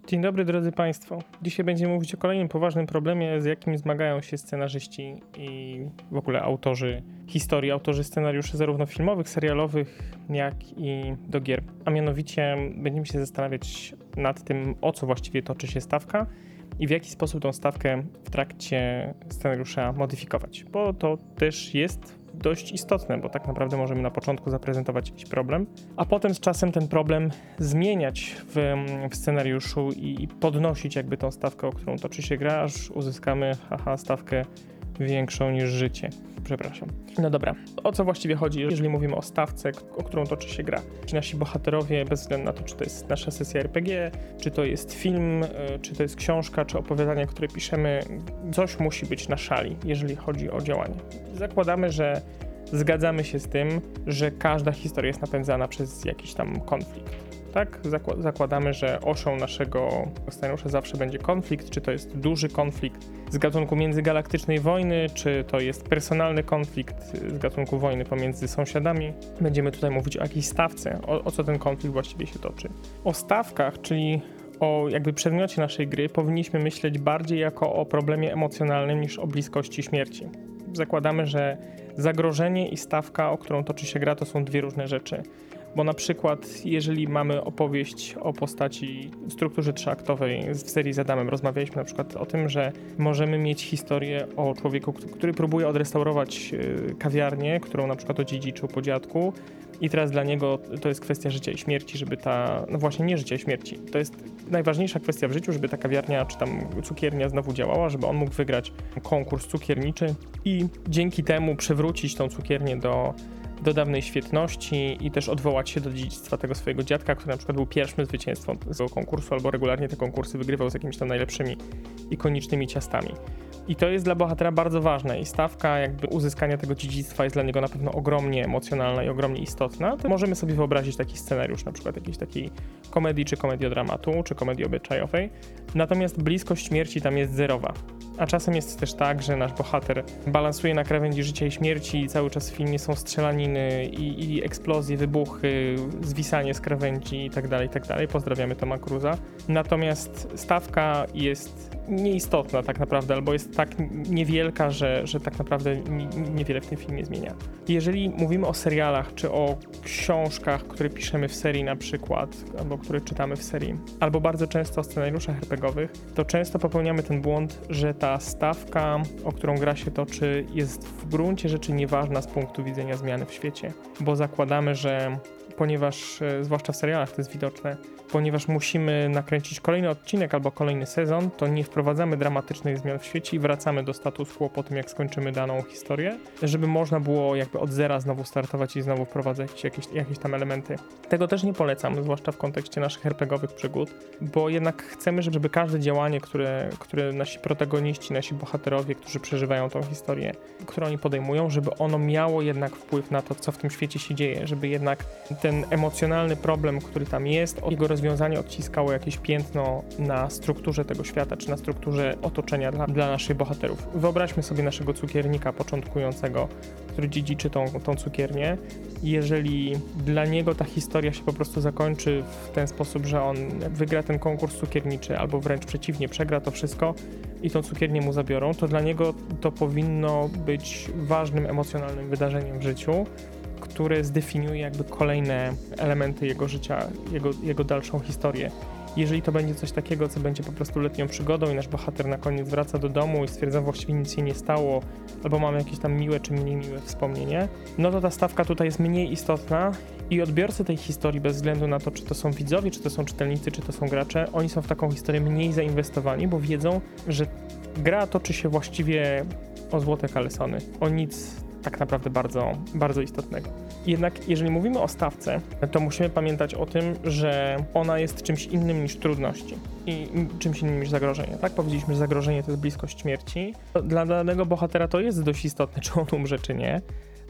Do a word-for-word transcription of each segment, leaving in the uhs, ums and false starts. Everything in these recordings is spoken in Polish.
Dzień dobry drodzy Państwo. Dzisiaj będziemy mówić o kolejnym poważnym problemie, z jakim zmagają się scenarzyści i w ogóle autorzy historii, autorzy scenariuszy zarówno filmowych, serialowych, jak i do gier. A mianowicie będziemy się zastanawiać nad tym, o co właściwie toczy się stawka i w jaki sposób tą stawkę w trakcie scenariusza modyfikować, bo to też jest dość istotne, bo tak naprawdę możemy na początku zaprezentować jakiś problem, a potem z czasem ten problem zmieniać w, w scenariuszu i, i podnosić jakby tą stawkę, o którą toczy się gra, aż uzyskamy haha, stawkę większą niż życie. Przepraszam. No dobra, o co właściwie chodzi, jeżeli mówimy o stawce, o którą toczy się gra? Czy nasi bohaterowie, bez względu na to, czy to jest nasza sesja er pe gie, czy to jest film, czy to jest książka, czy opowiadania, które piszemy, coś musi być na szali, jeżeli chodzi o działanie. Zakładamy, że zgadzamy się z tym, że każda historia jest napędzana przez jakiś tam konflikt. Tak? Zakładamy, że osią naszego scenariusza zawsze będzie konflikt, czy to jest duży konflikt z gatunku międzygalaktycznej wojny, czy to jest personalny konflikt z gatunku wojny pomiędzy sąsiadami. Będziemy tutaj mówić o jakiejś stawce, o, o co ten konflikt właściwie się toczy. O stawkach, czyli o jakby przedmiocie naszej gry, powinniśmy myśleć bardziej jako o problemie emocjonalnym niż o bliskości śmierci. Zakładamy, że zagrożenie i stawka, o którą toczy się gra, to są dwie różne rzeczy. Bo na przykład, jeżeli mamy opowieść o postaci w strukturze trzyaktowej w serii z Adamem, rozmawialiśmy na przykład o tym, że możemy mieć historię o człowieku, który próbuje odrestaurować kawiarnię, którą na przykład odziedziczył po dziadku i teraz dla niego to jest kwestia życia i śmierci, żeby ta, no właśnie nie życia i śmierci, to jest najważniejsza kwestia w życiu, żeby ta kawiarnia czy tam cukiernia znowu działała, żeby on mógł wygrać konkurs cukierniczy i dzięki temu przywrócić tą cukiernię do do dawnej świetności i też odwołać się do dziedzictwa tego swojego dziadka, który na przykład był pierwszym zwycięzcą tego konkursu, albo regularnie te konkursy wygrywał z jakimiś tam najlepszymi, ikonicznymi ciastami. I to jest dla bohatera bardzo ważne i stawka jakby uzyskania tego dziedzictwa jest dla niego na pewno ogromnie emocjonalna i ogromnie istotna. To możemy sobie wyobrazić taki scenariusz, na przykład jakiejś takiej komedii, czy komediodramatu, czy komedii obyczajowej. Natomiast bliskość śmierci tam jest zerowa. A czasem jest też tak, że nasz bohater balansuje na krawędzi życia i śmierci i cały czas w filmie są strzelaniny i, i eksplozje, wybuchy, zwisanie z krawędzi i tak dalej, i tak dalej. Pozdrawiamy Toma Cruza. Natomiast stawka jest nieistotna tak naprawdę, albo jest tak niewielka, że, że tak naprawdę niewiele w tym filmie zmienia. Jeżeli mówimy o serialach, czy o książkach, które piszemy w serii na przykład, albo które czytamy w serii, albo bardzo często o scenariuszach er pe gie owych, to często popełniamy ten błąd, że ta stawka, o którą gra się toczy, jest w gruncie rzeczy nieważna z punktu widzenia zmiany w świecie, bo zakładamy, że ponieważ, zwłaszcza w serialach to jest widoczne, ponieważ musimy nakręcić kolejny odcinek albo kolejny sezon, to nie wprowadzamy dramatycznych zmian w świecie i wracamy do status quo po tym, jak skończymy daną historię, żeby można było jakby od zera znowu startować i znowu wprowadzać jakieś, jakieś tam elementy. Tego też nie polecam, zwłaszcza w kontekście naszych er pe gie owych przygód, bo jednak chcemy, żeby każde działanie, które, które nasi protagoniści, nasi bohaterowie, którzy przeżywają tą historię, które oni podejmują, żeby ono miało jednak wpływ na to, co w tym świecie się dzieje, żeby jednak ten emocjonalny problem, który tam jest, jego rozwiązanie odciskało jakieś piętno na strukturze tego świata, czy na strukturze otoczenia dla, dla naszych bohaterów. Wyobraźmy sobie naszego cukiernika początkującego, który dziedziczy tą, tą cukiernię. Jeżeli dla niego ta historia się po prostu zakończy w ten sposób, że on wygra ten konkurs cukierniczy, albo wręcz przeciwnie, przegra to wszystko i tą cukiernię mu zabiorą, to dla niego to powinno być ważnym emocjonalnym wydarzeniem w życiu, które zdefiniuje jakby kolejne elementy jego życia, jego, jego dalszą historię. Jeżeli to będzie coś takiego, co będzie po prostu letnią przygodą i nasz bohater na koniec wraca do domu i stwierdza, że właściwie nic się nie stało, albo mamy jakieś tam miłe czy mniej miłe wspomnienie, no to ta stawka tutaj jest mniej istotna i odbiorcy tej historii, bez względu na to, czy to są widzowie, czy to są czytelnicy, czy to są gracze, oni są w taką historię mniej zainwestowani, bo wiedzą, że gra toczy się właściwie o złote kalesony, o nic tak naprawdę bardzo, bardzo istotnego. Jednak jeżeli mówimy o stawce, to musimy pamiętać o tym, że ona jest czymś innym niż trudności i czymś innym niż zagrożenie. Tak, powiedzieliśmy, że zagrożenie to jest bliskość śmierci. Dla danego bohatera to jest dość istotne, czy on umrze, czy nie,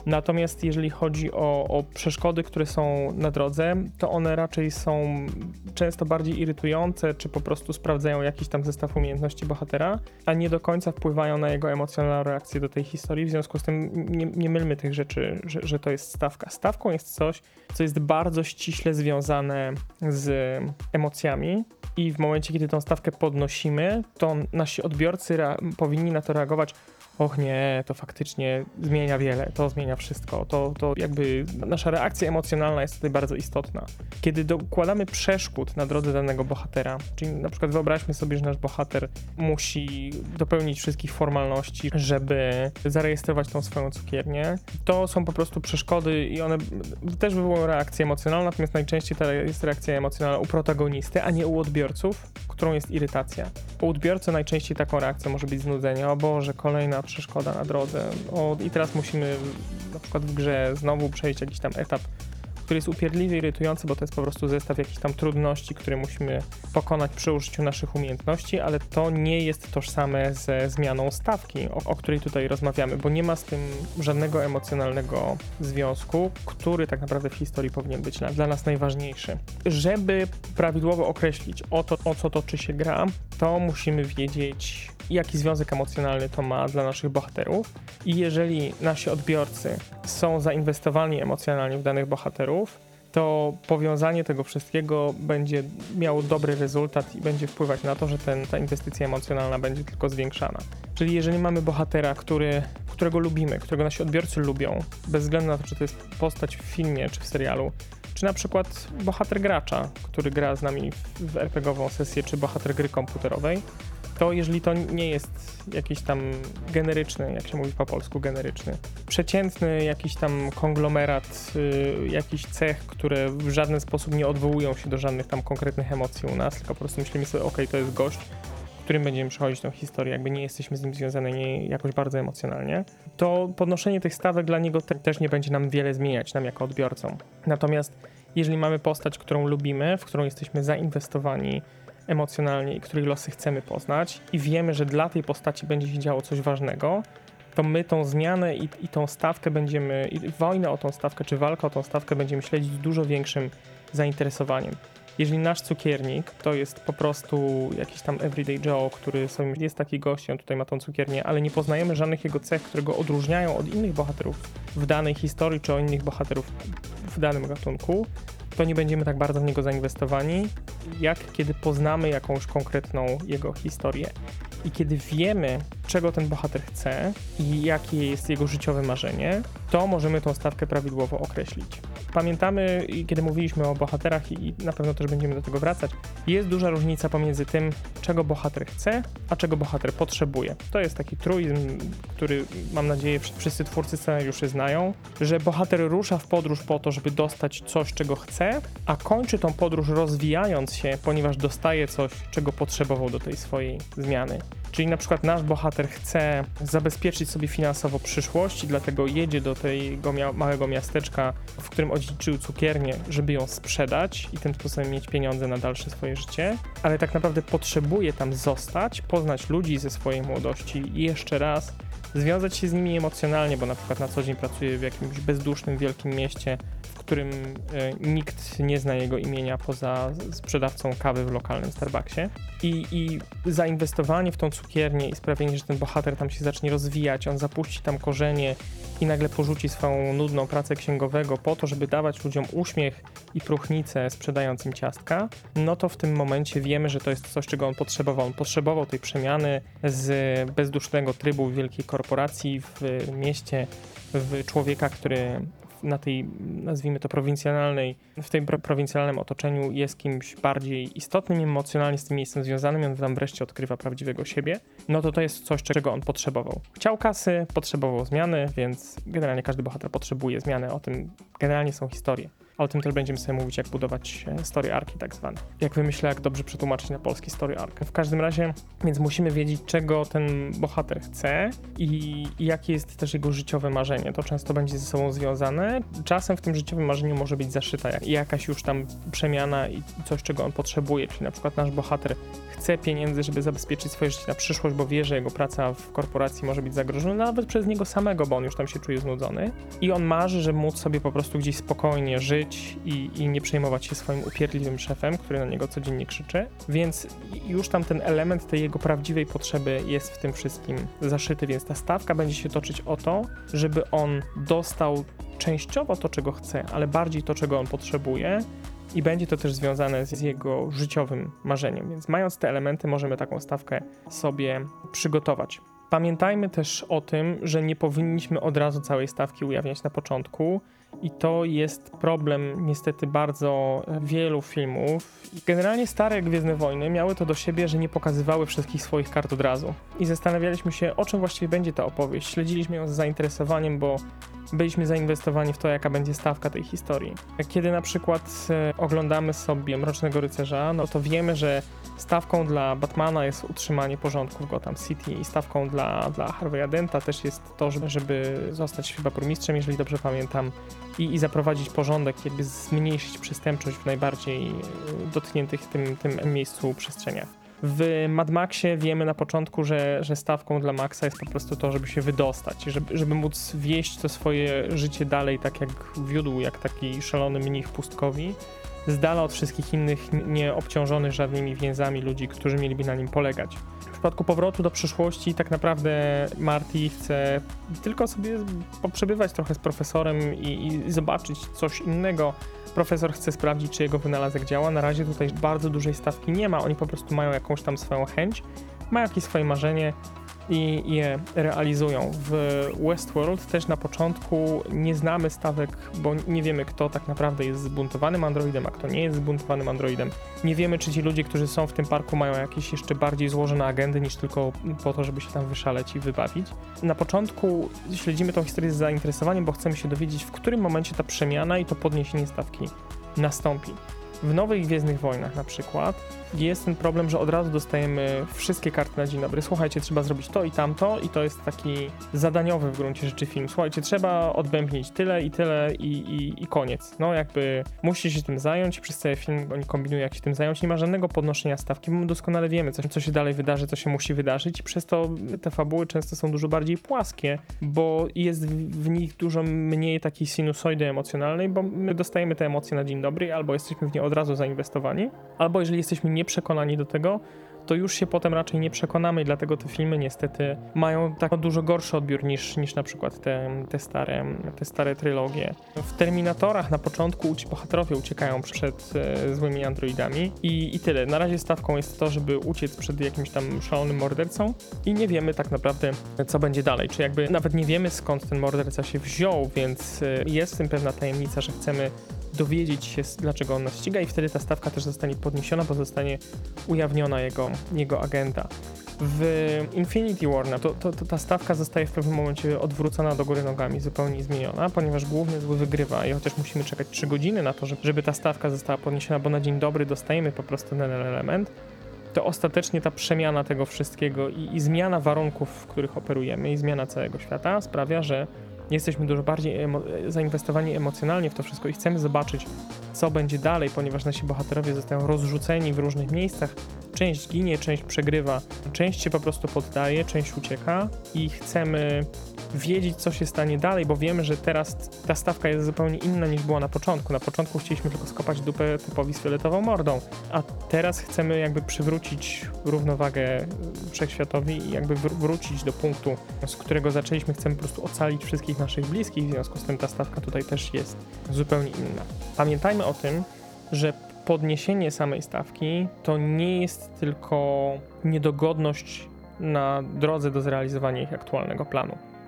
Natomiast jeżeli chodzi o, o przeszkody, które są na drodze, to one raczej są często bardziej irytujące, czy po prostu sprawdzają jakiś tam zestaw umiejętności bohatera, a nie do końca wpływają na jego emocjonalną reakcję do tej historii. W związku z tym nie, nie mylmy tych rzeczy, że, że to jest stawka. Stawką jest coś, co jest bardzo ściśle związane z emocjami i w momencie, kiedy tą stawkę podnosimy, to nasi odbiorcy rea- powinni na to reagować: och nie, to faktycznie zmienia wiele, to zmienia wszystko, to, to jakby nasza reakcja emocjonalna jest tutaj bardzo istotna. Kiedy dokładamy przeszkód na drodze danego bohatera, czyli na przykład wyobraźmy sobie, że nasz bohater musi dopełnić wszystkich formalności, żeby zarejestrować tą swoją cukiernię, to są po prostu przeszkody i one też wywołują reakcję emocjonalną, natomiast najczęściej to jest reakcja emocjonalna u protagonisty, a nie u odbiorców, którą jest irytacja. U odbiorcy najczęściej taką reakcją może być znudzenie: o Boże, kolejna przeszkoda na drodze, o, i teraz musimy na przykład w grze znowu przejść jakiś tam etap, który jest upierdliwie irytujący, bo to jest po prostu zestaw jakichś tam trudności, które musimy pokonać przy użyciu naszych umiejętności, ale to nie jest tożsame ze zmianą stawki, o, o której tutaj rozmawiamy, bo nie ma z tym żadnego emocjonalnego związku, który tak naprawdę w historii powinien być na, dla nas najważniejszy. Żeby prawidłowo określić o to, o co toczy się gra, to musimy wiedzieć, jaki związek emocjonalny to ma dla naszych bohaterów, i jeżeli nasi odbiorcy są zainwestowani emocjonalnie w danych bohaterów, to powiązanie tego wszystkiego będzie miało dobry rezultat i będzie wpływać na to, że ten, ta inwestycja emocjonalna będzie tylko zwiększana. Czyli jeżeli mamy bohatera, który, którego lubimy, którego nasi odbiorcy lubią, bez względu na to, czy to jest postać w filmie czy w serialu, czy na przykład bohater gracza, który gra z nami w, w er pe gie ową sesję, czy bohater gry komputerowej, to jeżeli to nie jest jakiś tam generyczny, jak się mówi po polsku, generyczny, przeciętny jakiś tam konglomerat, yy, jakiś cech, które w żaden sposób nie odwołują się do żadnych tam konkretnych emocji u nas, tylko po prostu myślimy sobie: okej, to jest gość, którym będziemy przechodzić tą historię, jakby nie jesteśmy z nim związani nie jakoś bardzo emocjonalnie, to podnoszenie tych stawek dla niego te, też nie będzie nam wiele zmieniać, nam jako odbiorcom. Natomiast jeżeli mamy postać, którą lubimy, w którą jesteśmy zainwestowani emocjonalnie i której losy chcemy poznać i wiemy, że dla tej postaci będzie się działo coś ważnego, to my tą zmianę i, i tą stawkę będziemy, i wojnę o tą stawkę, czy walkę o tą stawkę będziemy śledzić z dużo większym zainteresowaniem. Jeżeli nasz cukiernik to jest po prostu jakiś tam everyday Joe, który sobie jest taki gość, on tutaj ma tą cukiernię, ale nie poznajemy żadnych jego cech, które go odróżniają od innych bohaterów w danej historii, czy od innych bohaterów w danym gatunku, to nie będziemy tak bardzo w niego zainwestowani, jak kiedy poznamy jakąś konkretną jego historię. I kiedy wiemy, czego ten bohater chce i jakie jest jego życiowe marzenie, to możemy tą stawkę prawidłowo określić. Pamiętamy, kiedy mówiliśmy o bohaterach, i na pewno też będziemy do tego wracać, jest duża różnica pomiędzy tym, czego bohater chce, a czego bohater potrzebuje. To jest taki truizm, który mam nadzieję wszyscy twórcy scenariuszy znają, że bohater rusza w podróż po to, żeby dostać coś, czego chce, a kończy tą podróż rozwijając się, ponieważ dostaje coś, czego potrzebował do tej swojej zmiany. Czyli na przykład nasz bohater chce zabezpieczyć sobie finansowo przyszłość i dlatego jedzie do tego mia- małego miasteczka, w którym odziedziczył cukiernię, żeby ją sprzedać i tym sposobem mieć pieniądze na dalsze swoje życie, ale tak naprawdę potrzebuje tam zostać, poznać ludzi ze swojej młodości i jeszcze raz związać się z nimi emocjonalnie, bo na przykład na co dzień pracuje w jakimś bezdusznym, wielkim mieście, w którym e, nikt nie zna jego imienia poza sprzedawcą kawy w lokalnym Starbucksie. I, I zainwestowanie w tą cukiernię i sprawienie, że ten bohater tam się zacznie rozwijać, on zapuści tam korzenie i nagle porzuci swoją nudną pracę księgowego po to, żeby dawać ludziom uśmiech i próchnicę sprzedając im ciastka, no to w tym momencie wiemy, że to jest coś, czego on potrzebował. On potrzebował tej przemiany z bezdusznego trybu wielkiej korporacji w mieście w człowieka, który na tej, nazwijmy to, prowincjonalnej, w tym pro- prowincjonalnym otoczeniu jest kimś bardziej istotnym emocjonalnie z tym miejscem związanym i on tam wreszcie odkrywa prawdziwego siebie, no to to jest coś, czego on potrzebował. Chciał kasy, potrzebował zmiany, więc generalnie każdy bohater potrzebuje zmiany, o tym generalnie są historie. a o tym też będziemy sobie mówić, jak budować story arki tak zwane. Jak wymyślę, jak dobrze przetłumaczyć na polski story arc. W każdym razie, więc musimy wiedzieć, czego ten bohater chce i, i jakie jest też jego życiowe marzenie. To często będzie ze sobą związane. Czasem w tym życiowym marzeniu może być zaszyta jak, jakaś już tam przemiana i coś, czego on potrzebuje, czyli na przykład nasz bohater chce pieniędzy, żeby zabezpieczyć swoje życie na przyszłość, bo wie, że jego praca w korporacji może być zagrożona nawet przez niego samego, bo on już tam się czuje znudzony. I on marzy, żeby móc sobie po prostu gdzieś spokojnie żyć i, i nie przejmować się swoim upierdliwym szefem, który na niego codziennie krzyczy. Więc już tam ten element tej jego prawdziwej potrzeby jest w tym wszystkim zaszyty, więc ta stawka będzie się toczyć o to, żeby on dostał częściowo to, czego chce, ale bardziej to, czego on potrzebuje. I będzie to też związane z jego życiowym marzeniem, więc mając te elementy możemy taką stawkę sobie przygotować. Pamiętajmy też o tym, że nie powinniśmy od razu całej stawki ujawniać na początku i to jest problem niestety bardzo wielu filmów. Generalnie stare Gwiezdne Wojny miały to do siebie, że nie pokazywały wszystkich swoich kart od razu i zastanawialiśmy się, o czym właściwie będzie ta opowieść. Śledziliśmy ją z zainteresowaniem, bo byliśmy zainwestowani w to, jaka będzie stawka tej historii. Kiedy na przykład e, oglądamy sobie Mrocznego Rycerza, no to wiemy, że stawką dla Batmana jest utrzymanie porządku w Gotham City i stawką dla, dla Harvey'a Denta też jest to, żeby, żeby zostać chyba burmistrzem, jeżeli dobrze pamiętam, i, i zaprowadzić porządek, jakby zmniejszyć przestępczość w najbardziej dotkniętych tym, tym miejscu przestrzeniach. W Mad Maxie wiemy na początku, że, że stawką dla Maxa jest po prostu to, żeby się wydostać, żeby, żeby móc wieść to swoje życie dalej, tak jak wiódł, jak taki szalony mnich pustkowi, z dala od wszystkich innych, nie obciążonych żadnymi więzami ludzi, którzy mieliby na nim polegać. W przypadku Powrotu do przyszłości tak naprawdę Marty chce tylko sobie poprzebywać trochę z profesorem i, i zobaczyć coś innego. Profesor chce sprawdzić, czy jego wynalazek działa. Na razie tutaj bardzo dużej stawki nie ma. Oni po prostu mają jakąś tam swoją chęć, mają jakieś swoje marzenie i je realizują. W Westworld też na początku nie znamy stawek, bo nie wiemy, kto tak naprawdę jest zbuntowanym androidem, a kto nie jest zbuntowanym androidem. Nie wiemy, czy ci ludzie, którzy są w tym parku, mają jakieś jeszcze bardziej złożone agendy niż tylko po to, żeby się tam wyszaleć i wybawić. Na początku śledzimy tą historię z zainteresowaniem, bo chcemy się dowiedzieć, w którym momencie ta przemiana i to podniesienie stawki nastąpi. W nowych Gwiezdnych Wojnach na przykład jest ten problem, że od razu dostajemy wszystkie karty na dzień dobry. Słuchajcie, trzeba zrobić to i tamto i to jest taki zadaniowy w gruncie rzeczy film. Słuchajcie, trzeba odbębnić tyle i tyle i, i, i koniec. No jakby musicie się tym zająć. Przez cały film oni kombinują, jak się tym zająć. Nie ma żadnego podnoszenia stawki, bo my doskonale wiemy, co, co się dalej wydarzy, co się musi wydarzyć i przez to te fabuły często są dużo bardziej płaskie, bo jest w, w nich dużo mniej takiej sinusoidy emocjonalnej, bo my dostajemy te emocje na dzień dobry, albo jesteśmy w nie od razu zainwestowani, albo jeżeli jesteśmy nieprzekonani do tego, to już się potem raczej nie przekonamy i dlatego te filmy niestety mają tak dużo gorszy odbiór niż, niż na przykład te, te, stare, te stare trylogie. W Terminatorach na początku ci bohaterowie uciekają przed e, złymi androidami i, i tyle. Na razie stawką jest to, żeby uciec przed jakimś tam szalonym mordercą i nie wiemy tak naprawdę, co będzie dalej. Czy jakby nawet nie wiemy, skąd ten morderca się wziął, więc e, jest w tym pewna tajemnica, że chcemy dowiedzieć się, dlaczego on nas ściga i wtedy ta stawka też zostanie podniesiona, bo zostanie ujawniona jego, jego agenda. W Infinity War to, to, to ta stawka zostaje w pewnym momencie odwrócona do góry nogami, zupełnie zmieniona, ponieważ główny zły wygrywa i chociaż musimy czekać trzy godziny na to, żeby ta stawka została podniesiona, bo na dzień dobry dostajemy po prostu ten element, to ostatecznie ta przemiana tego wszystkiego i, i zmiana warunków, w których operujemy i zmiana całego świata sprawia, że jesteśmy dużo bardziej emo- zainwestowani emocjonalnie w to wszystko i chcemy zobaczyć, co będzie dalej, ponieważ nasi bohaterowie zostają rozrzuceni w różnych miejscach. Część ginie, część przegrywa, część się po prostu poddaje, część ucieka i chcemy wiedzieć, co się stanie dalej, bo wiemy, że teraz ta stawka jest zupełnie inna niż była na początku. Na początku chcieliśmy tylko skopać dupę typowi z fioletową mordą, a teraz chcemy jakby przywrócić równowagę wszechświatowi i jakby wr- wrócić do punktu, z którego zaczęliśmy. Chcemy po prostu ocalić wszystkich naszych bliskich, w związku z tym ta stawka tutaj też jest zupełnie inna. Pamiętajmy o tym, że podniesienie samej stawki to nie jest tylko niedogodność na drodze do zrealizowania ich aktualnego planu.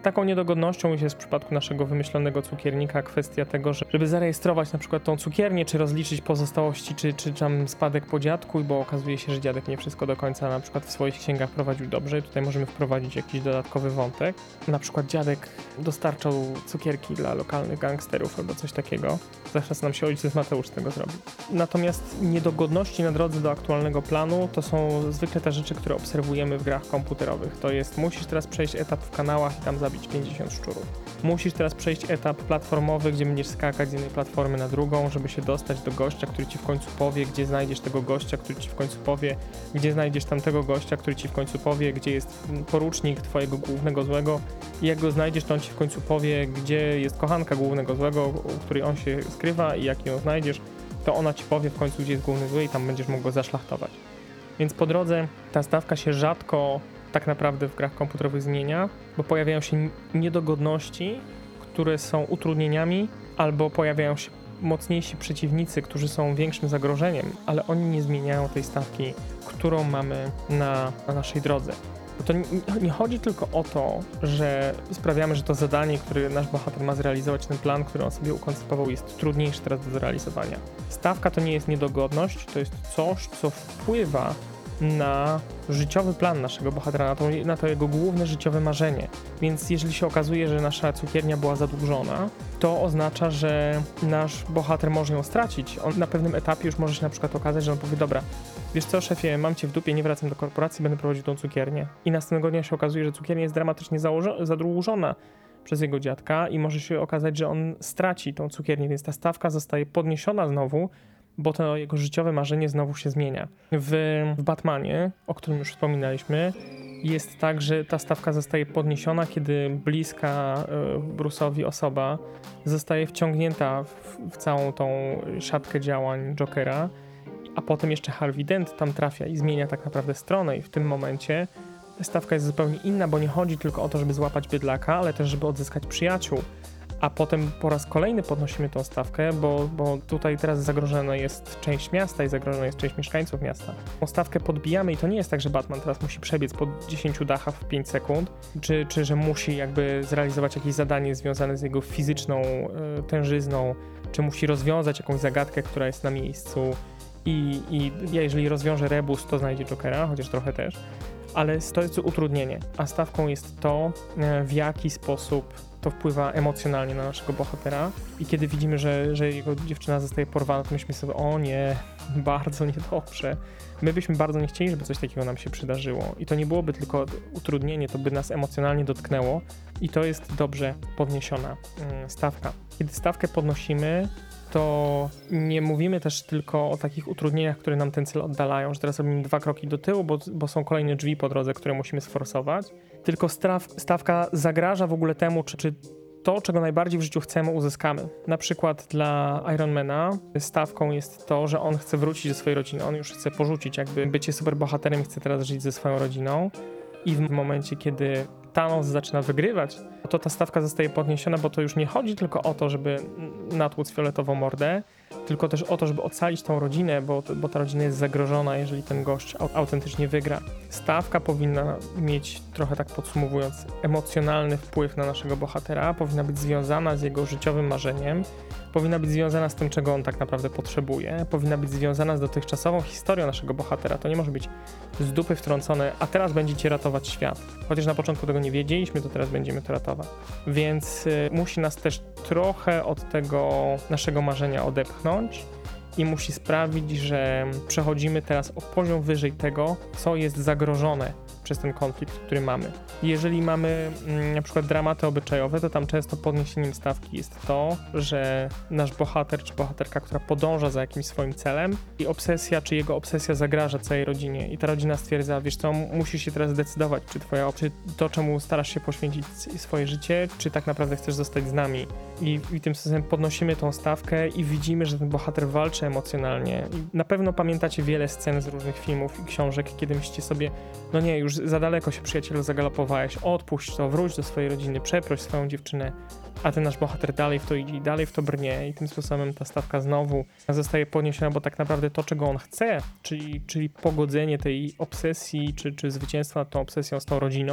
Taką niedogodnością jest w przypadku naszego wymyślonego cukiernika kwestia tego, że żeby zarejestrować na przykład tą cukiernię, czy rozliczyć pozostałości, czy, czy tam spadek po dziadku, bo okazuje się, że dziadek nie wszystko do końca na przykład w swoich księgach prowadził dobrze. Tutaj możemy wprowadzić jakiś dodatkowy wątek. Na przykład dziadek dostarczał cukierki dla lokalnych gangsterów albo coś takiego. Zaraz nam się ojciec Mateusz z tego zrobi. Natomiast niedogodności na drodze do aktualnego planu to są zwykle te rzeczy, które obserwujemy w grach komputerowych. To jest, musisz teraz przejść etap w kanałach i tam zabić pięćdziesiąt szczurów. Musisz teraz przejść etap platformowy, gdzie będziesz skakać z jednej platformy na drugą, żeby się dostać do gościa, który ci w końcu powie, gdzie znajdziesz tego gościa, który ci w końcu powie, gdzie znajdziesz tamtego gościa, który ci w końcu powie, gdzie jest porucznik twojego głównego złego i jak go znajdziesz, to on ci w końcu powie, gdzie jest kochanka głównego złego, u której on się skrywa i jak ją znajdziesz, to ona ci powie w końcu, gdzie jest główny zły i tam będziesz mógł go zaszlachtować. Więc po drodze ta stawka się rzadko tak naprawdę w grach komputerowych zmienia, bo pojawiają się niedogodności, które są utrudnieniami, albo pojawiają się mocniejsi przeciwnicy, którzy są większym zagrożeniem, ale oni nie zmieniają tej stawki, którą mamy na, na naszej drodze. Bo to nie, nie chodzi tylko o to, że sprawiamy, że to zadanie, które nasz bohater ma zrealizować, ten plan, który on sobie ukoncypował, jest trudniejszy teraz do zrealizowania. Stawka to nie jest niedogodność, to jest coś, co wpływa na życiowy plan naszego bohatera, na to, na to jego główne życiowe marzenie. Więc jeżeli się okazuje, że nasza cukiernia była zadłużona, to oznacza, że nasz bohater może ją stracić. On na pewnym etapie już może się na przykład okazać, że on powie, dobra, wiesz co, szefie, mam cię w dupie, nie wracam do korporacji, będę prowadził tą cukiernię. I następnego dnia się okazuje, że cukiernia jest dramatycznie założo- zadłużona przez jego dziadka i może się okazać, że on straci tą cukiernię, więc ta stawka zostaje podniesiona znowu, bo to jego życiowe marzenie znowu się zmienia. W, w Batmanie, o którym już wspominaliśmy, jest tak, że ta stawka zostaje podniesiona, kiedy bliska y, Bruce'owi osoba zostaje wciągnięta w, w całą tą szatkę działań Jokera, a potem jeszcze Harvey Dent tam trafia i zmienia tak naprawdę stronę i w tym momencie stawka jest zupełnie inna, bo nie chodzi tylko o to, żeby złapać bydlaka, ale też żeby odzyskać przyjaciół. A potem po raz kolejny podnosimy tą stawkę, bo, bo tutaj teraz zagrożona jest część miasta i zagrożona jest część mieszkańców miasta. Tą stawkę podbijamy i to nie jest tak, że Batman teraz musi przebiec po dziesięciu dachach w pięć sekund, czy, czy że musi jakby zrealizować jakieś zadanie związane z jego fizyczną y, tężyzną, czy musi rozwiązać jakąś zagadkę, która jest na miejscu i, i jeżeli rozwiąże rebus, to znajdzie Jokera, chociaż trochę też. Ale to jest utrudnienie, a stawką jest to, w jaki sposób to wpływa emocjonalnie na naszego bohatera i kiedy widzimy, że, że jego dziewczyna zostaje porwana, to myślimy sobie, o nie, bardzo niedobrze. My byśmy bardzo nie chcieli, żeby coś takiego nam się przydarzyło i to nie byłoby tylko utrudnienie, to by nas emocjonalnie dotknęło i to jest dobrze podniesiona stawka. Kiedy stawkę podnosimy, to nie mówimy też tylko o takich utrudnieniach, które nam ten cel oddalają, że teraz robimy dwa kroki do tyłu, bo, bo są kolejne drzwi po drodze, które musimy sforsować, tylko straw, stawka zagraża w ogóle temu, czy, czy to, czego najbardziej w życiu chcemy, uzyskamy. Na przykład dla Ironmana stawką jest to, że on chce wrócić do swojej rodziny, on już chce porzucić jakby bycie superbohaterem i chce teraz żyć ze swoją rodziną i w momencie, kiedy Thanos zaczyna wygrywać, to ta stawka zostaje podniesiona, bo to już nie chodzi tylko o to, żeby natłuc fioletową mordę, tylko też o to, żeby ocalić tą rodzinę, bo, bo ta rodzina jest zagrożona, jeżeli ten gość autentycznie wygra. Stawka powinna mieć, trochę tak podsumowując, emocjonalny wpływ na naszego bohatera, powinna być związana z jego życiowym marzeniem, powinna być związana z tym, czego on tak naprawdę potrzebuje, powinna być związana z dotychczasową historią naszego bohatera. To nie może być z dupy wtrącone, a teraz będziecie ratować świat. Chociaż na początku tego nie wiedzieliśmy, to teraz będziemy to ratować. Więc y, musi nas też trochę od tego naszego marzenia odepchnąć i musi sprawić, że przechodzimy teraz o poziom wyżej tego, co jest zagrożone przez ten konflikt, który mamy. Jeżeli mamy mm, na przykład dramaty obyczajowe, to tam często podniesieniem stawki jest to, że nasz bohater czy bohaterka, która podąża za jakimś swoim celem i obsesja, czy jego obsesja zagraża całej rodzinie i ta rodzina stwierdza, wiesz co, musisz się teraz zdecydować, czy twoja, czy to, czemu starasz się poświęcić swoje życie, czy tak naprawdę chcesz zostać z nami. I, i tym sposobem podnosimy tą stawkę i widzimy, że ten bohater walczy emocjonalnie. I na pewno pamiętacie wiele scen z różnych filmów i książek, kiedy myślicie sobie, no nie, już za daleko się, przyjacielu, zagalopowałeś, odpuść to, wróć do swojej rodziny, przeproś swoją dziewczynę, a ten nasz bohater dalej w to idzie i dalej w to brnie i tym sposobem ta stawka znowu zostaje podniesiona, bo tak naprawdę to, czego on chce, czyli, czyli pogodzenie tej obsesji, czy, czy zwycięstwa nad tą obsesją z tą rodziną,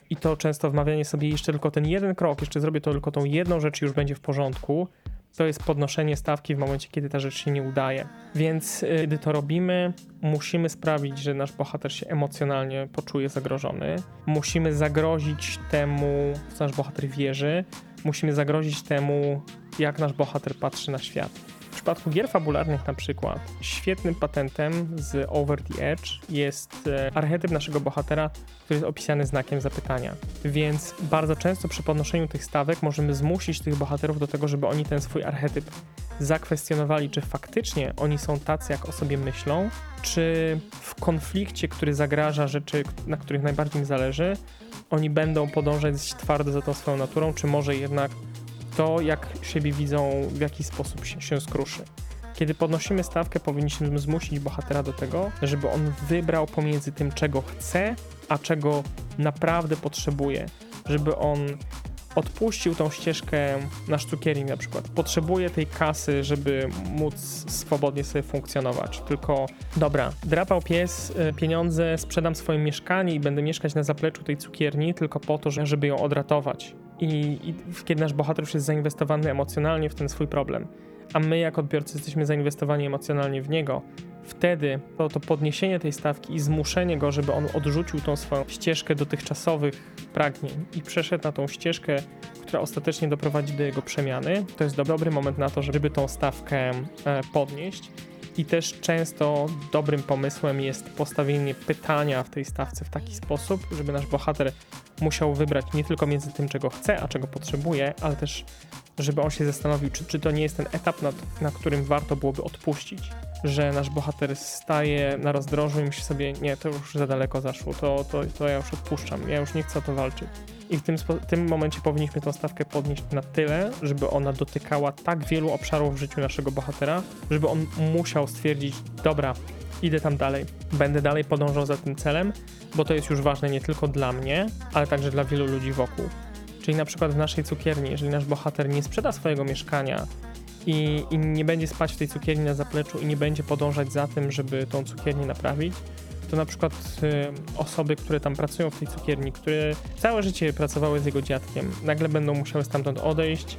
i to często wmawianie sobie jeszcze tylko ten jeden krok, jeszcze zrobię to tylko tą jedną rzecz i już będzie w porządku, to jest podnoszenie stawki w momencie, kiedy ta rzecz się nie udaje. Więc yy, kiedy to robimy, musimy sprawić, że nasz bohater się emocjonalnie poczuje zagrożony. Musimy zagrozić temu, w co nasz bohater wierzy. Musimy zagrozić temu, jak nasz bohater patrzy na świat. W przypadku gier fabularnych na przykład świetnym patentem z Over the Edge jest e, archetyp naszego bohatera, który jest opisany znakiem zapytania. Więc bardzo często przy podnoszeniu tych stawek możemy zmusić tych bohaterów do tego, żeby oni ten swój archetyp zakwestionowali, czy faktycznie oni są tacy, jak o sobie myślą, czy w konflikcie, który zagraża rzeczy, na których najbardziej im zależy, oni będą podążać twardo za tą swoją naturą, czy może jednak to, jak siebie widzą, w jaki sposób się, się skruszy. Kiedy podnosimy stawkę, powinniśmy zmusić bohatera do tego, żeby on wybrał pomiędzy tym, czego chce, a czego naprawdę potrzebuje. Żeby on odpuścił tą ścieżkę na cukierni na przykład. Potrzebuje tej kasy, żeby móc swobodnie sobie funkcjonować. Tylko, dobra, drapał pies, pieniądze, sprzedam swoje mieszkanie i będę mieszkać na zapleczu tej cukierni tylko po to, żeby ją odratować. I, i kiedy nasz bohater już jest zainwestowany emocjonalnie w ten swój problem, a my jako odbiorcy jesteśmy zainwestowani emocjonalnie w niego, wtedy to, to podniesienie tej stawki i zmuszenie go, żeby on odrzucił tą swoją ścieżkę dotychczasowych pragnień i przeszedł na tą ścieżkę, która ostatecznie doprowadzi do jego przemiany, to jest dobry moment na to, żeby tą stawkę e, podnieść. I też często dobrym pomysłem jest postawienie pytania w tej stawce w taki sposób, żeby nasz bohater musiał wybrać nie tylko między tym, czego chce, a czego potrzebuje, ale też żeby on się zastanowił, czy, czy to nie jest ten etap, na, na którym warto byłoby odpuścić. Że nasz bohater staje na rozdrożu i myśli sobie, nie, to już za daleko zaszło, to, to, to ja już odpuszczam, ja już nie chcę o to walczyć. I w tym, w tym momencie powinniśmy tę stawkę podnieść na tyle, żeby ona dotykała tak wielu obszarów w życiu naszego bohatera, żeby on musiał stwierdzić, dobra, idę tam dalej, będę dalej podążał za tym celem, bo to jest już ważne nie tylko dla mnie, ale także dla wielu ludzi wokół. Czyli na przykład w naszej cukierni, jeżeli nasz bohater nie sprzeda swojego mieszkania i, i nie będzie spać w tej cukierni na zapleczu i nie będzie podążać za tym, żeby tą cukiernię naprawić, to na przykład y, osoby, które tam pracują w tej cukierni, które całe życie pracowały z jego dziadkiem, nagle będą musiały stamtąd odejść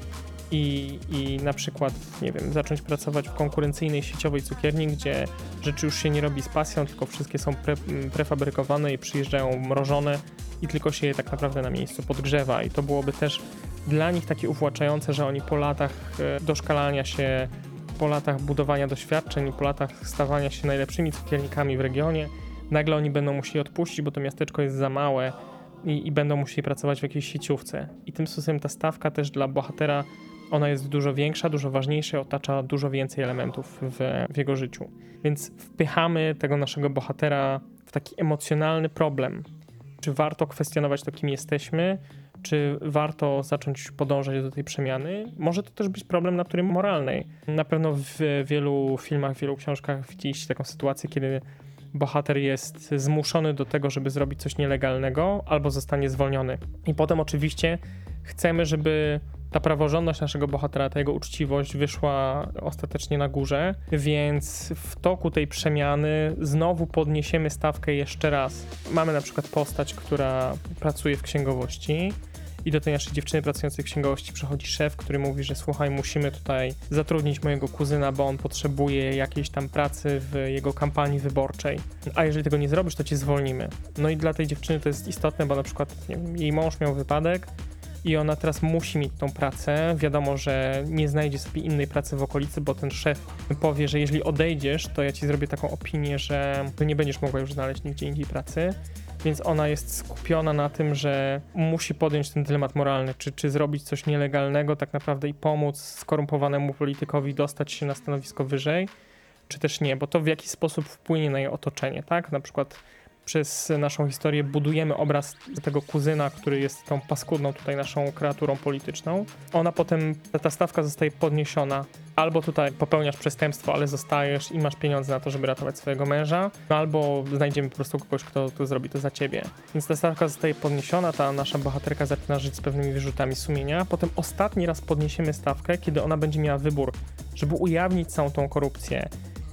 i, i na przykład, nie wiem, zacząć pracować w konkurencyjnej sieciowej cukierni, gdzie rzeczy już się nie robi z pasją, tylko wszystkie są pre, prefabrykowane i przyjeżdżają mrożone i tylko się je tak naprawdę na miejscu podgrzewa i to byłoby też dla nich takie uwłaczające, że oni po latach y, doszkalania się, po latach budowania doświadczeń, po latach stawania się najlepszymi cukiernikami w regionie, nagle oni będą musieli odpuścić, bo to miasteczko jest za małe i, i będą musieli pracować w jakiejś sieciówce. I tym sposobem ta stawka też dla bohatera, ona jest dużo większa, dużo ważniejsza, otacza dużo więcej elementów w, w jego życiu. Więc wpychamy tego naszego bohatera w taki emocjonalny problem. Czy warto kwestionować to, kim jesteśmy? Czy warto zacząć podążać do tej przemiany? Może to też być problem natury moralnej. Na pewno w wielu filmach, w wielu książkach widzieliście taką sytuację, kiedy bohater jest zmuszony do tego, żeby zrobić coś nielegalnego albo zostanie zwolniony. I potem oczywiście chcemy, żeby ta praworządność naszego bohatera, ta jego uczciwość wyszła ostatecznie na górze, więc w toku tej przemiany znowu podniesiemy stawkę jeszcze raz. Mamy na przykład postać, która pracuje w księgowości i do tej naszej dziewczyny pracującej w księgowości przychodzi szef, który mówi, że słuchaj, musimy tutaj zatrudnić mojego kuzyna, bo on potrzebuje jakiejś tam pracy w jego kampanii wyborczej, a jeżeli tego nie zrobisz, to cię zwolnimy. No i dla tej dziewczyny to jest istotne, bo na przykład nie wiem, jej mąż miał wypadek i ona teraz musi mieć tą pracę. Wiadomo, że nie znajdzie sobie innej pracy w okolicy, bo ten szef powie, że jeżeli odejdziesz, to ja ci zrobię taką opinię, że ty nie będziesz mogła już znaleźć nigdzie indziej pracy. Więc ona jest skupiona na tym, że musi podjąć ten dylemat moralny, czy, czy zrobić coś nielegalnego tak naprawdę i pomóc skorumpowanemu politykowi dostać się na stanowisko wyżej, czy też nie, bo to w jakiś sposób wpłynie na jej otoczenie, tak? Na przykład przez naszą historię budujemy obraz tego kuzyna, który jest tą paskudną tutaj naszą kreaturą polityczną. Ona potem, ta stawka zostaje podniesiona. Albo tutaj popełniasz przestępstwo, ale zostajesz i masz pieniądze na to, żeby ratować swojego męża, albo znajdziemy po prostu kogoś, kto, kto zrobi to za ciebie. Więc ta stawka zostaje podniesiona, ta nasza bohaterka zaczyna żyć z pewnymi wyrzutami sumienia. Potem ostatni raz podniesiemy stawkę, kiedy ona będzie miała wybór, żeby ujawnić całą tą korupcję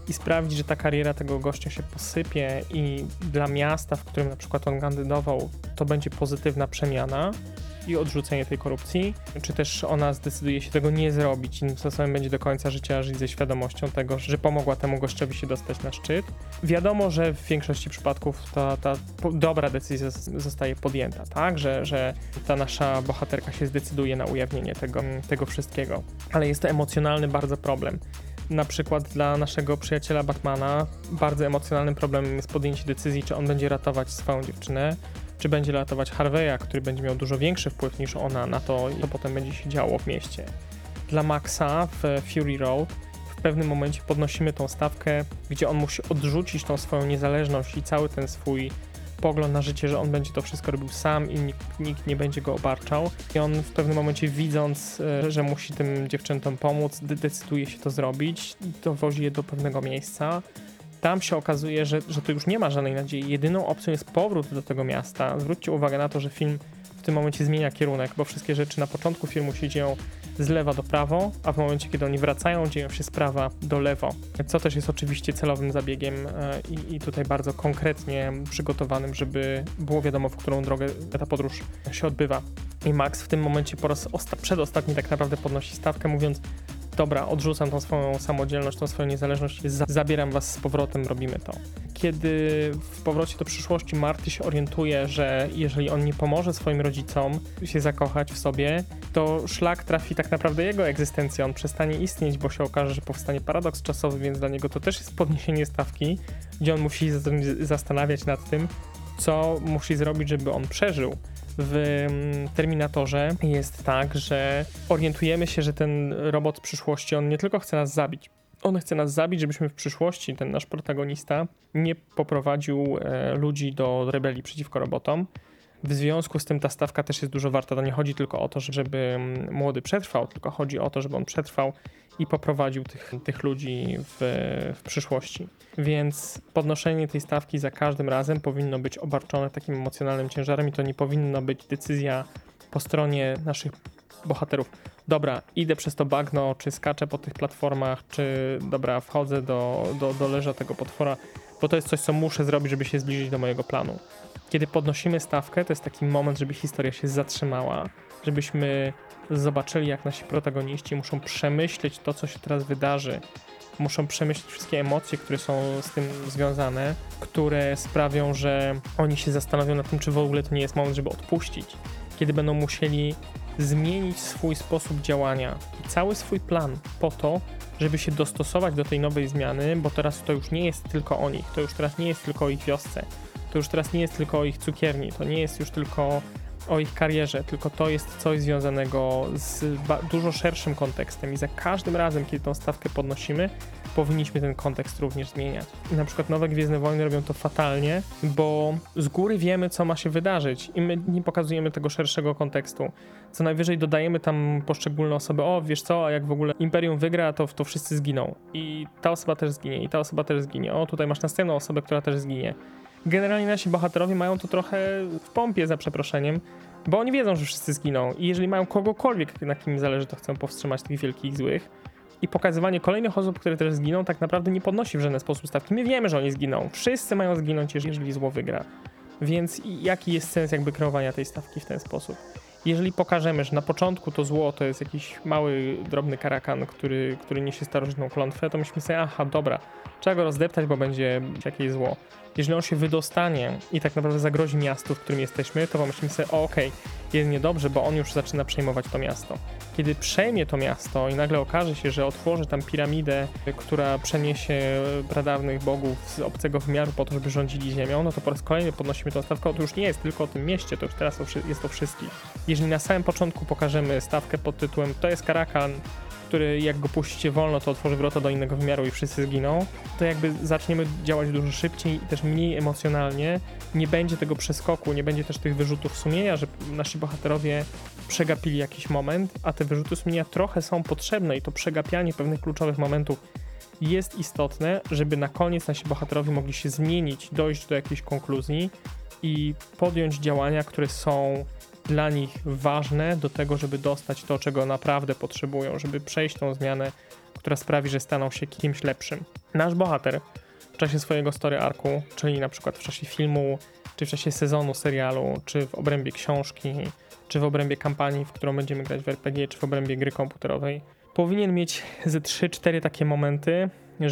i sprawić, że ta kariera tego gościa się posypie i dla miasta, w którym na przykład on kandydował, to będzie pozytywna przemiana i odrzucenie tej korupcji, czy też ona zdecyduje się tego nie zrobić i czasem będzie do końca życia żyć ze świadomością tego, że pomogła temu gościowi się dostać na szczyt. Wiadomo, że w większości przypadków ta, ta dobra decyzja zostaje podjęta, tak, że, że ta nasza bohaterka się zdecyduje na ujawnienie tego, tego wszystkiego, ale jest to emocjonalny bardzo problem. Na przykład dla naszego przyjaciela Batmana bardzo emocjonalnym problemem jest podjęcie decyzji, czy on będzie ratować swoją dziewczynę, czy będzie ratować Harveya, który będzie miał dużo większy wpływ niż ona na to, co potem będzie się działo w mieście. Dla Maxa w Fury Road w pewnym momencie podnosimy tą stawkę, gdzie on musi odrzucić tą swoją niezależność i cały ten swój pogląd na życie, że on będzie to wszystko robił sam i nikt, nikt nie będzie go obarczał. I on w pewnym momencie, widząc, że musi tym dziewczętom pomóc, decyduje się to zrobić, dowozi je do pewnego miejsca. Tam się okazuje, że, że to już nie ma żadnej nadziei. Jedyną opcją jest powrót do tego miasta. Zwróćcie uwagę na to, że film w tym momencie zmienia kierunek, bo wszystkie rzeczy na początku filmu się dzieją z lewa do prawo, a w momencie, kiedy oni wracają, dzieją się z prawa do lewo. Co też jest oczywiście celowym zabiegiem i, i tutaj bardzo konkretnie przygotowanym, żeby było wiadomo, w którą drogę ta podróż się odbywa. I Max w tym momencie po raz osta- przedostatni tak naprawdę podnosi stawkę, mówiąc: dobra, odrzucam tą swoją samodzielność, tą swoją niezależność, za- zabieram was z powrotem, robimy to. Kiedy w powrocie do przyszłości Marty się orientuje, że jeżeli on nie pomoże swoim rodzicom się zakochać w sobie, to szlak trafi tak naprawdę jego egzystencję, on przestanie istnieć, bo się okaże, że powstanie paradoks czasowy, więc dla niego to też jest podniesienie stawki, gdzie on musi z- zastanawiać nad tym, co musi zrobić, żeby on przeżył. W Terminatorze jest tak, że orientujemy się, że ten robot przyszłości, on nie tylko chce nas zabić, on chce nas zabić, żebyśmy w przyszłości, ten nasz protagonista, nie poprowadził e, ludzi do rebelii przeciwko robotom. W związku z tym ta stawka też jest dużo warta. To nie chodzi tylko o to, żeby młody przetrwał, tylko chodzi o to, żeby on przetrwał i poprowadził tych, tych ludzi w, w przyszłości. Więc podnoszenie tej stawki za każdym razem powinno być obarczone takim emocjonalnym ciężarem i to nie powinna być decyzja po stronie naszych bohaterów. Dobra, idę przez to bagno, czy skaczę po tych platformach, czy dobra, wchodzę do, do, do leża tego potwora, bo to jest coś, co muszę zrobić, żeby się zbliżyć do mojego planu. Kiedy podnosimy stawkę, to jest taki moment, żeby historia się zatrzymała, żebyśmy zobaczyli, jak nasi protagoniści muszą przemyśleć to, co się teraz wydarzy. Muszą przemyśleć wszystkie emocje, które są z tym związane, które sprawią, że oni się zastanowią nad tym, czy w ogóle to nie jest moment, żeby odpuścić. Kiedy będą musieli zmienić swój sposób działania i cały swój plan po to, żeby się dostosować do tej nowej zmiany, bo teraz to już nie jest tylko o nich, to już teraz nie jest tylko o ich wiosce, to już teraz nie jest tylko o ich cukierni, to nie jest już tylko o ich karierze, tylko to jest coś związanego z ba- dużo szerszym kontekstem i za każdym razem, kiedy tą stawkę podnosimy, powinniśmy ten kontekst również zmieniać. I na przykład nowe Gwiezdne Wojny robią to fatalnie, bo z góry wiemy, co ma się wydarzyć i my nie pokazujemy tego szerszego kontekstu. Co najwyżej dodajemy tam poszczególne osoby: o, wiesz co, a jak w ogóle Imperium wygra, to, to wszyscy zginą. I ta osoba też zginie, i ta osoba też zginie. O, tutaj masz następną osobę, która też zginie. Generalnie nasi bohaterowie mają to trochę w pompie, za przeproszeniem, bo oni wiedzą, że wszyscy zginą i jeżeli mają kogokolwiek, na kim im zależy, to chcą powstrzymać tych wielkich złych. I pokazywanie kolejnych osób, które też zginą, tak naprawdę nie podnosi w żaden sposób stawki. My wiemy, że oni zginą. Wszyscy mają zginąć, jeżeli zło wygra. Więc jaki jest sens jakby kreowania tej stawki w ten sposób? Jeżeli pokażemy, że na początku to zło to jest jakiś mały, drobny karakan, który, który niesie starożytną klątwę, to myślimy sobie: aha, dobra, trzeba go rozdeptać, bo będzie jakieś zło. Jeżeli on się wydostanie i tak naprawdę zagrozi miastu, w którym jesteśmy, to pomyślimy sobie: o, okej, okay, jest niedobrze, bo on już zaczyna przejmować to miasto. Kiedy przejmie to miasto i nagle okaże się, że otworzy tam piramidę, która przeniesie pradawnych bogów z obcego wymiaru po to, żeby rządzili ziemią, no to po raz kolejny podnosimy tą stawkę. To już nie jest tylko o tym mieście, to już teraz jest o wszystkich. Jeżeli na samym początku pokażemy stawkę pod tytułem: to jest karakan, który jak go puścicie wolno, to otworzy wrota do innego wymiaru i wszyscy zginą, to jakby zaczniemy działać dużo szybciej i też mniej emocjonalnie. Nie będzie tego przeskoku, nie będzie też tych wyrzutów sumienia, że nasi bohaterowie przegapili jakiś moment, a te wyrzuty sumienia trochę są potrzebne i to przegapianie pewnych kluczowych momentów jest istotne, żeby na koniec nasi bohaterowie mogli się zmienić, dojść do jakiejś konkluzji i podjąć działania, które są dla nich ważne do tego, żeby dostać to, czego naprawdę potrzebują, żeby przejść tą zmianę która sprawi, że staną się kimś lepszym. Nasz bohater w czasie swojego story arcu, czyli na przykład w czasie filmu, czy w czasie sezonu serialu, czy w obrębie książki, czy w obrębie kampanii, w którą będziemy grać w er pe gie, czy w obrębie gry komputerowej, powinien mieć ze trzy cztery takie momenty,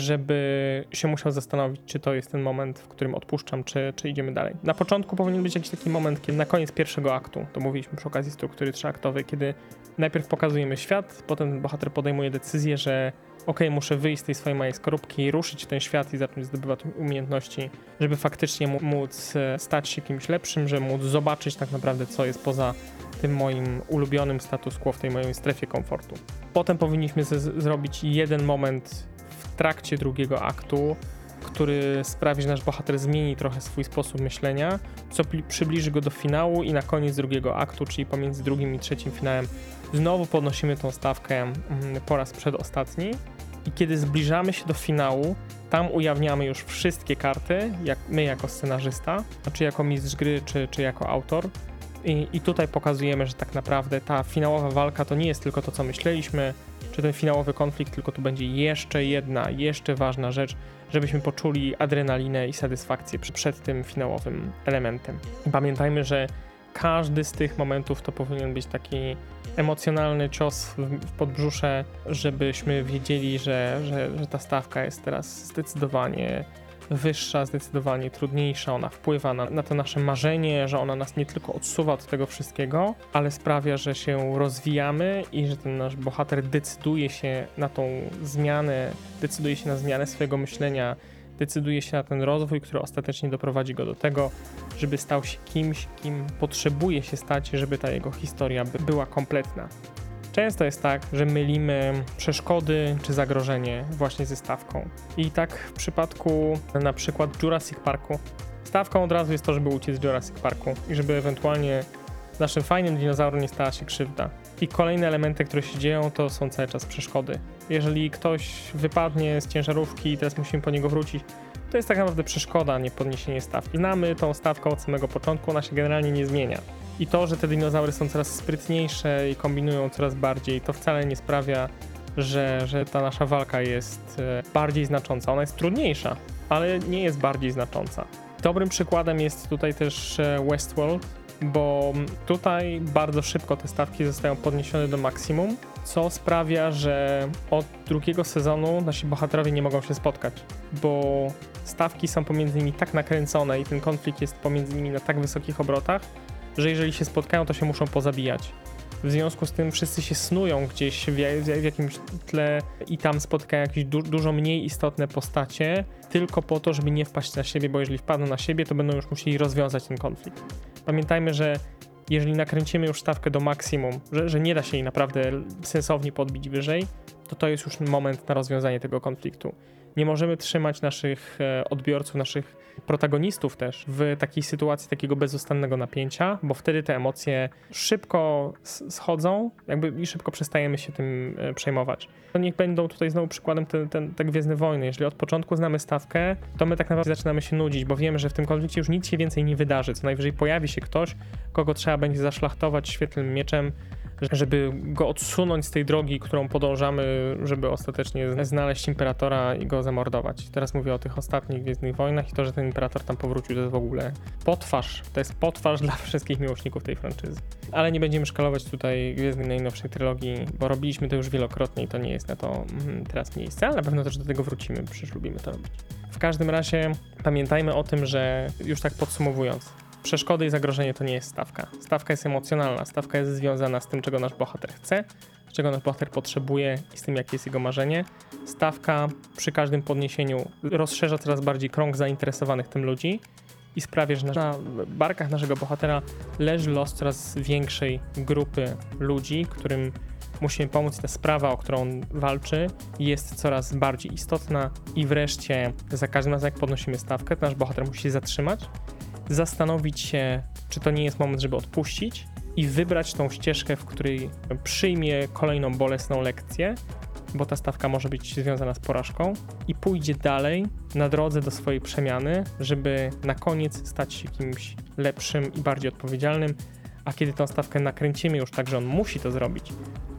żeby się musiał zastanowić, czy to jest ten moment, w którym odpuszczam, czy, czy idziemy dalej. Na początku powinien być jakiś taki moment, kiedy na koniec pierwszego aktu, to mówiliśmy przy okazji struktury trzyaktowej, kiedy najpierw pokazujemy świat, potem ten bohater podejmuje decyzję, że okej, okay, muszę wyjść z tej swojej małej skorupki, ruszyć w ten świat i zacząć zdobywać umiejętności, żeby faktycznie móc stać się kimś lepszym, żeby móc zobaczyć tak naprawdę, co jest poza tym moim ulubionym status quo, w tej mojej strefie komfortu. Potem powinniśmy z- zrobić jeden moment w trakcie drugiego aktu, który sprawi, że nasz bohater zmieni trochę swój sposób myślenia, co pli- przybliży go do finału i na koniec drugiego aktu, czyli pomiędzy drugim i trzecim finałem, znowu podnosimy tą stawkę mm, po raz przedostatni i kiedy zbliżamy się do finału, tam ujawniamy już wszystkie karty, jak my jako scenarzysta, czy jako mistrz gry, czy, czy jako autor. I, I tutaj pokazujemy, że tak naprawdę ta finałowa walka to nie jest tylko to, co myśleliśmy, czy ten finałowy konflikt, tylko tu będzie jeszcze jedna, jeszcze ważna rzecz, żebyśmy poczuli adrenalinę i satysfakcję przed tym finałowym elementem. I pamiętajmy, że każdy z tych momentów to powinien być taki emocjonalny cios w, w podbrzusze, żebyśmy wiedzieli, że, że, że ta stawka jest teraz zdecydowanie wyższa, zdecydowanie trudniejsza, ona wpływa na, na to nasze marzenie, że ona nas nie tylko odsuwa od tego wszystkiego, ale sprawia, że się rozwijamy i że ten nasz bohater decyduje się na tą zmianę, decyduje się na zmianę swojego myślenia, decyduje się na ten rozwój, który ostatecznie doprowadzi go do tego, żeby stał się kimś, kim potrzebuje się stać, żeby ta jego historia by była kompletna. Często jest tak, że mylimy przeszkody czy zagrożenie właśnie ze stawką. I tak w przypadku na przykład Jurassic Parku. Stawką od razu jest to, żeby uciec z Jurassic Parku i żeby ewentualnie naszym fajnym dinozaurem nie stała się krzywda. I kolejne elementy, które się dzieją, to są cały czas przeszkody. Jeżeli ktoś wypadnie z ciężarówki i teraz musimy po niego wrócić, to jest tak naprawdę przeszkoda, a nie podniesienie stawki. Znamy tą stawkę od samego początku, ona się generalnie nie zmienia. I to, że te dinozaury są coraz sprytniejsze i kombinują coraz bardziej, to wcale nie sprawia, że, że ta nasza walka jest bardziej znacząca. Ona jest trudniejsza, ale nie jest bardziej znacząca. Dobrym przykładem jest tutaj też Westworld, bo tutaj bardzo szybko te stawki zostają podniesione do maksimum, co sprawia, że od drugiego sezonu nasi bohaterowie nie mogą się spotkać, bo stawki są pomiędzy nimi tak nakręcone i ten konflikt jest pomiędzy nimi na tak wysokich obrotach, że jeżeli się spotkają, to się muszą pozabijać. W związku z tym wszyscy się snują gdzieś w, w jakimś tle i tam spotkają jakieś du- dużo mniej istotne postacie, tylko po to, żeby nie wpaść na siebie, bo jeżeli wpadną na siebie, to będą już musieli rozwiązać ten konflikt. Pamiętajmy, że jeżeli nakręcimy już stawkę do maksimum, że, że nie da się jej naprawdę sensownie podbić wyżej, to to jest już moment na rozwiązanie tego konfliktu. Nie możemy trzymać naszych odbiorców, naszych protagonistów też w takiej sytuacji takiego bezustannego napięcia, bo wtedy te emocje szybko schodzą jakby i szybko przestajemy się tym przejmować. To niech będą tutaj znowu przykładem te, te, te Gwiezdne Wojny. Jeżeli od początku znamy stawkę, to my tak naprawdę zaczynamy się nudzić, bo wiemy, że w tym konflikcie już nic się więcej nie wydarzy. Co najwyżej pojawi się ktoś, kogo trzeba będzie zaszlachtować świetlnym mieczem, żeby go odsunąć z tej drogi, którą podążamy, żeby ostatecznie znaleźć Imperatora i go zamordować. Teraz mówię o tych ostatnich Gwiezdnych Wojnach i to, że ten Imperator tam powrócił, to jest w ogóle potwarz. To jest potwarz dla wszystkich miłośników tej franczyzy. Ale nie będziemy szkalować tutaj Gwiezdnej najnowszej trylogii, bo robiliśmy to już wielokrotnie i to nie jest na to mm, teraz miejsce, ale na pewno też do tego wrócimy, przecież lubimy to robić. W każdym razie pamiętajmy o tym, że już tak podsumowując, przeszkody i zagrożenie to nie jest stawka. Stawka jest emocjonalna, stawka jest związana z tym, czego nasz bohater chce, z czego nasz bohater potrzebuje i z tym, jakie jest jego marzenie. Stawka przy każdym podniesieniu rozszerza coraz bardziej krąg zainteresowanych tym ludzi i sprawia, że na barkach naszego bohatera leży los coraz większej grupy ludzi, którym musimy pomóc. Ta sprawa, o którą on walczy, jest coraz bardziej istotna i wreszcie za każdym razem, jak podnosimy stawkę, to nasz bohater musi się zatrzymać, zastanowić się, czy to nie jest moment, żeby odpuścić i wybrać tą ścieżkę, w której przyjmie kolejną bolesną lekcję, bo ta stawka może być związana z porażką i pójdzie dalej na drodze do swojej przemiany, żeby na koniec stać się kimś lepszym i bardziej odpowiedzialnym, a kiedy tą stawkę nakręcimy już tak, że on musi to zrobić,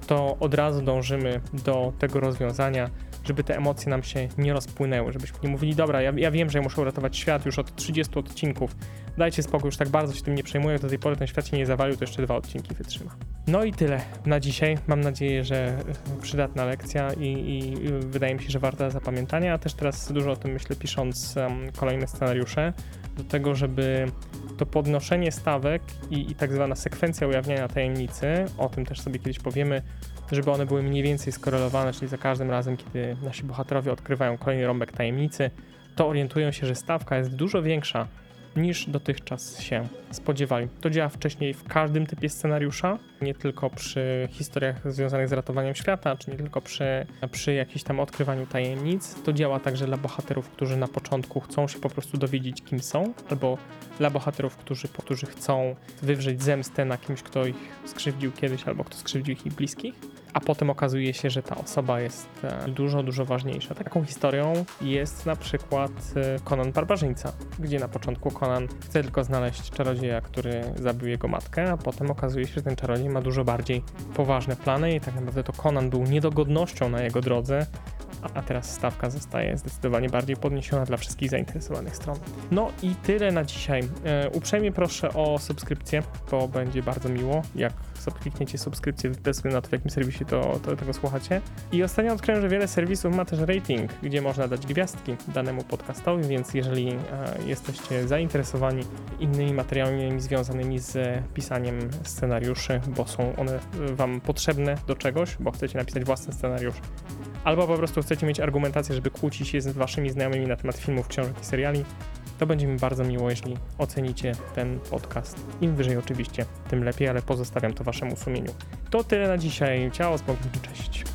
to od razu dążymy do tego rozwiązania, żeby te emocje nam się nie rozpłynęły, żebyśmy nie mówili, dobra, ja, ja wiem, że ja muszę uratować świat już od trzydziestu odcinków, dajcie spokój, już tak bardzo się tym nie przejmuję, do tej pory ten świat się nie zawalił, to jeszcze dwa odcinki wytrzyma. No i tyle na dzisiaj. Mam nadzieję, że przydatna lekcja i, i wydaje mi się, że warta zapamiętania. A też teraz dużo o tym myślę, pisząc um, kolejne scenariusze, do tego, żeby to podnoszenie stawek i, i tak zwana sekwencja ujawniania tajemnicy, o tym też sobie kiedyś powiemy, żeby one były mniej więcej skorelowane, czyli za każdym razem, kiedy nasi bohaterowie odkrywają kolejny rąbek tajemnicy, to orientują się, że stawka jest dużo większa niż dotychczas się spodziewali. To działa wcześniej w każdym typie scenariusza, nie tylko przy historiach związanych z ratowaniem świata, czy nie tylko przy, przy jakimś tam odkrywaniu tajemnic. To działa także dla bohaterów, którzy na początku chcą się po prostu dowiedzieć, kim są, albo dla bohaterów, którzy, którzy chcą wywrzeć zemstę na kimś, kto ich skrzywdził kiedyś, albo kto skrzywdził ich bliskich, a potem okazuje się, że ta osoba jest dużo, dużo ważniejsza. Taką historią jest na przykład Conan Barbarzyńca, gdzie na początku Conan chce tylko znaleźć czarodzieja, który zabił jego matkę, a potem okazuje się, że ten czarodziej ma dużo bardziej poważne plany i tak naprawdę to Conan był niedogodnością na jego drodze, a teraz stawka zostaje zdecydowanie bardziej podniesiona dla wszystkich zainteresowanych stron. No i tyle na dzisiaj. E, uprzejmie proszę o subskrypcję, bo będzie bardzo miło, jak sobie klikniecie subskrypcję bez względu na to, w jakim serwisie to, to tego słuchacie. I ostatnio odkryłem, że wiele serwisów ma też rating, gdzie można dać gwiazdki danemu podcastowi, więc jeżeli e, jesteście zainteresowani innymi materiałami związanymi z pisaniem scenariuszy, bo są one wam potrzebne do czegoś, bo chcecie napisać własny scenariusz, albo po prostu chcecie mieć argumentację, żeby kłócić się z waszymi znajomymi na temat filmów, książek i seriali, to będzie mi bardzo miło, jeśli ocenicie ten podcast. Im wyżej oczywiście, tym lepiej, ale pozostawiam to waszemu sumieniu. To tyle na dzisiaj. Ciao, z Bogiem, cześć.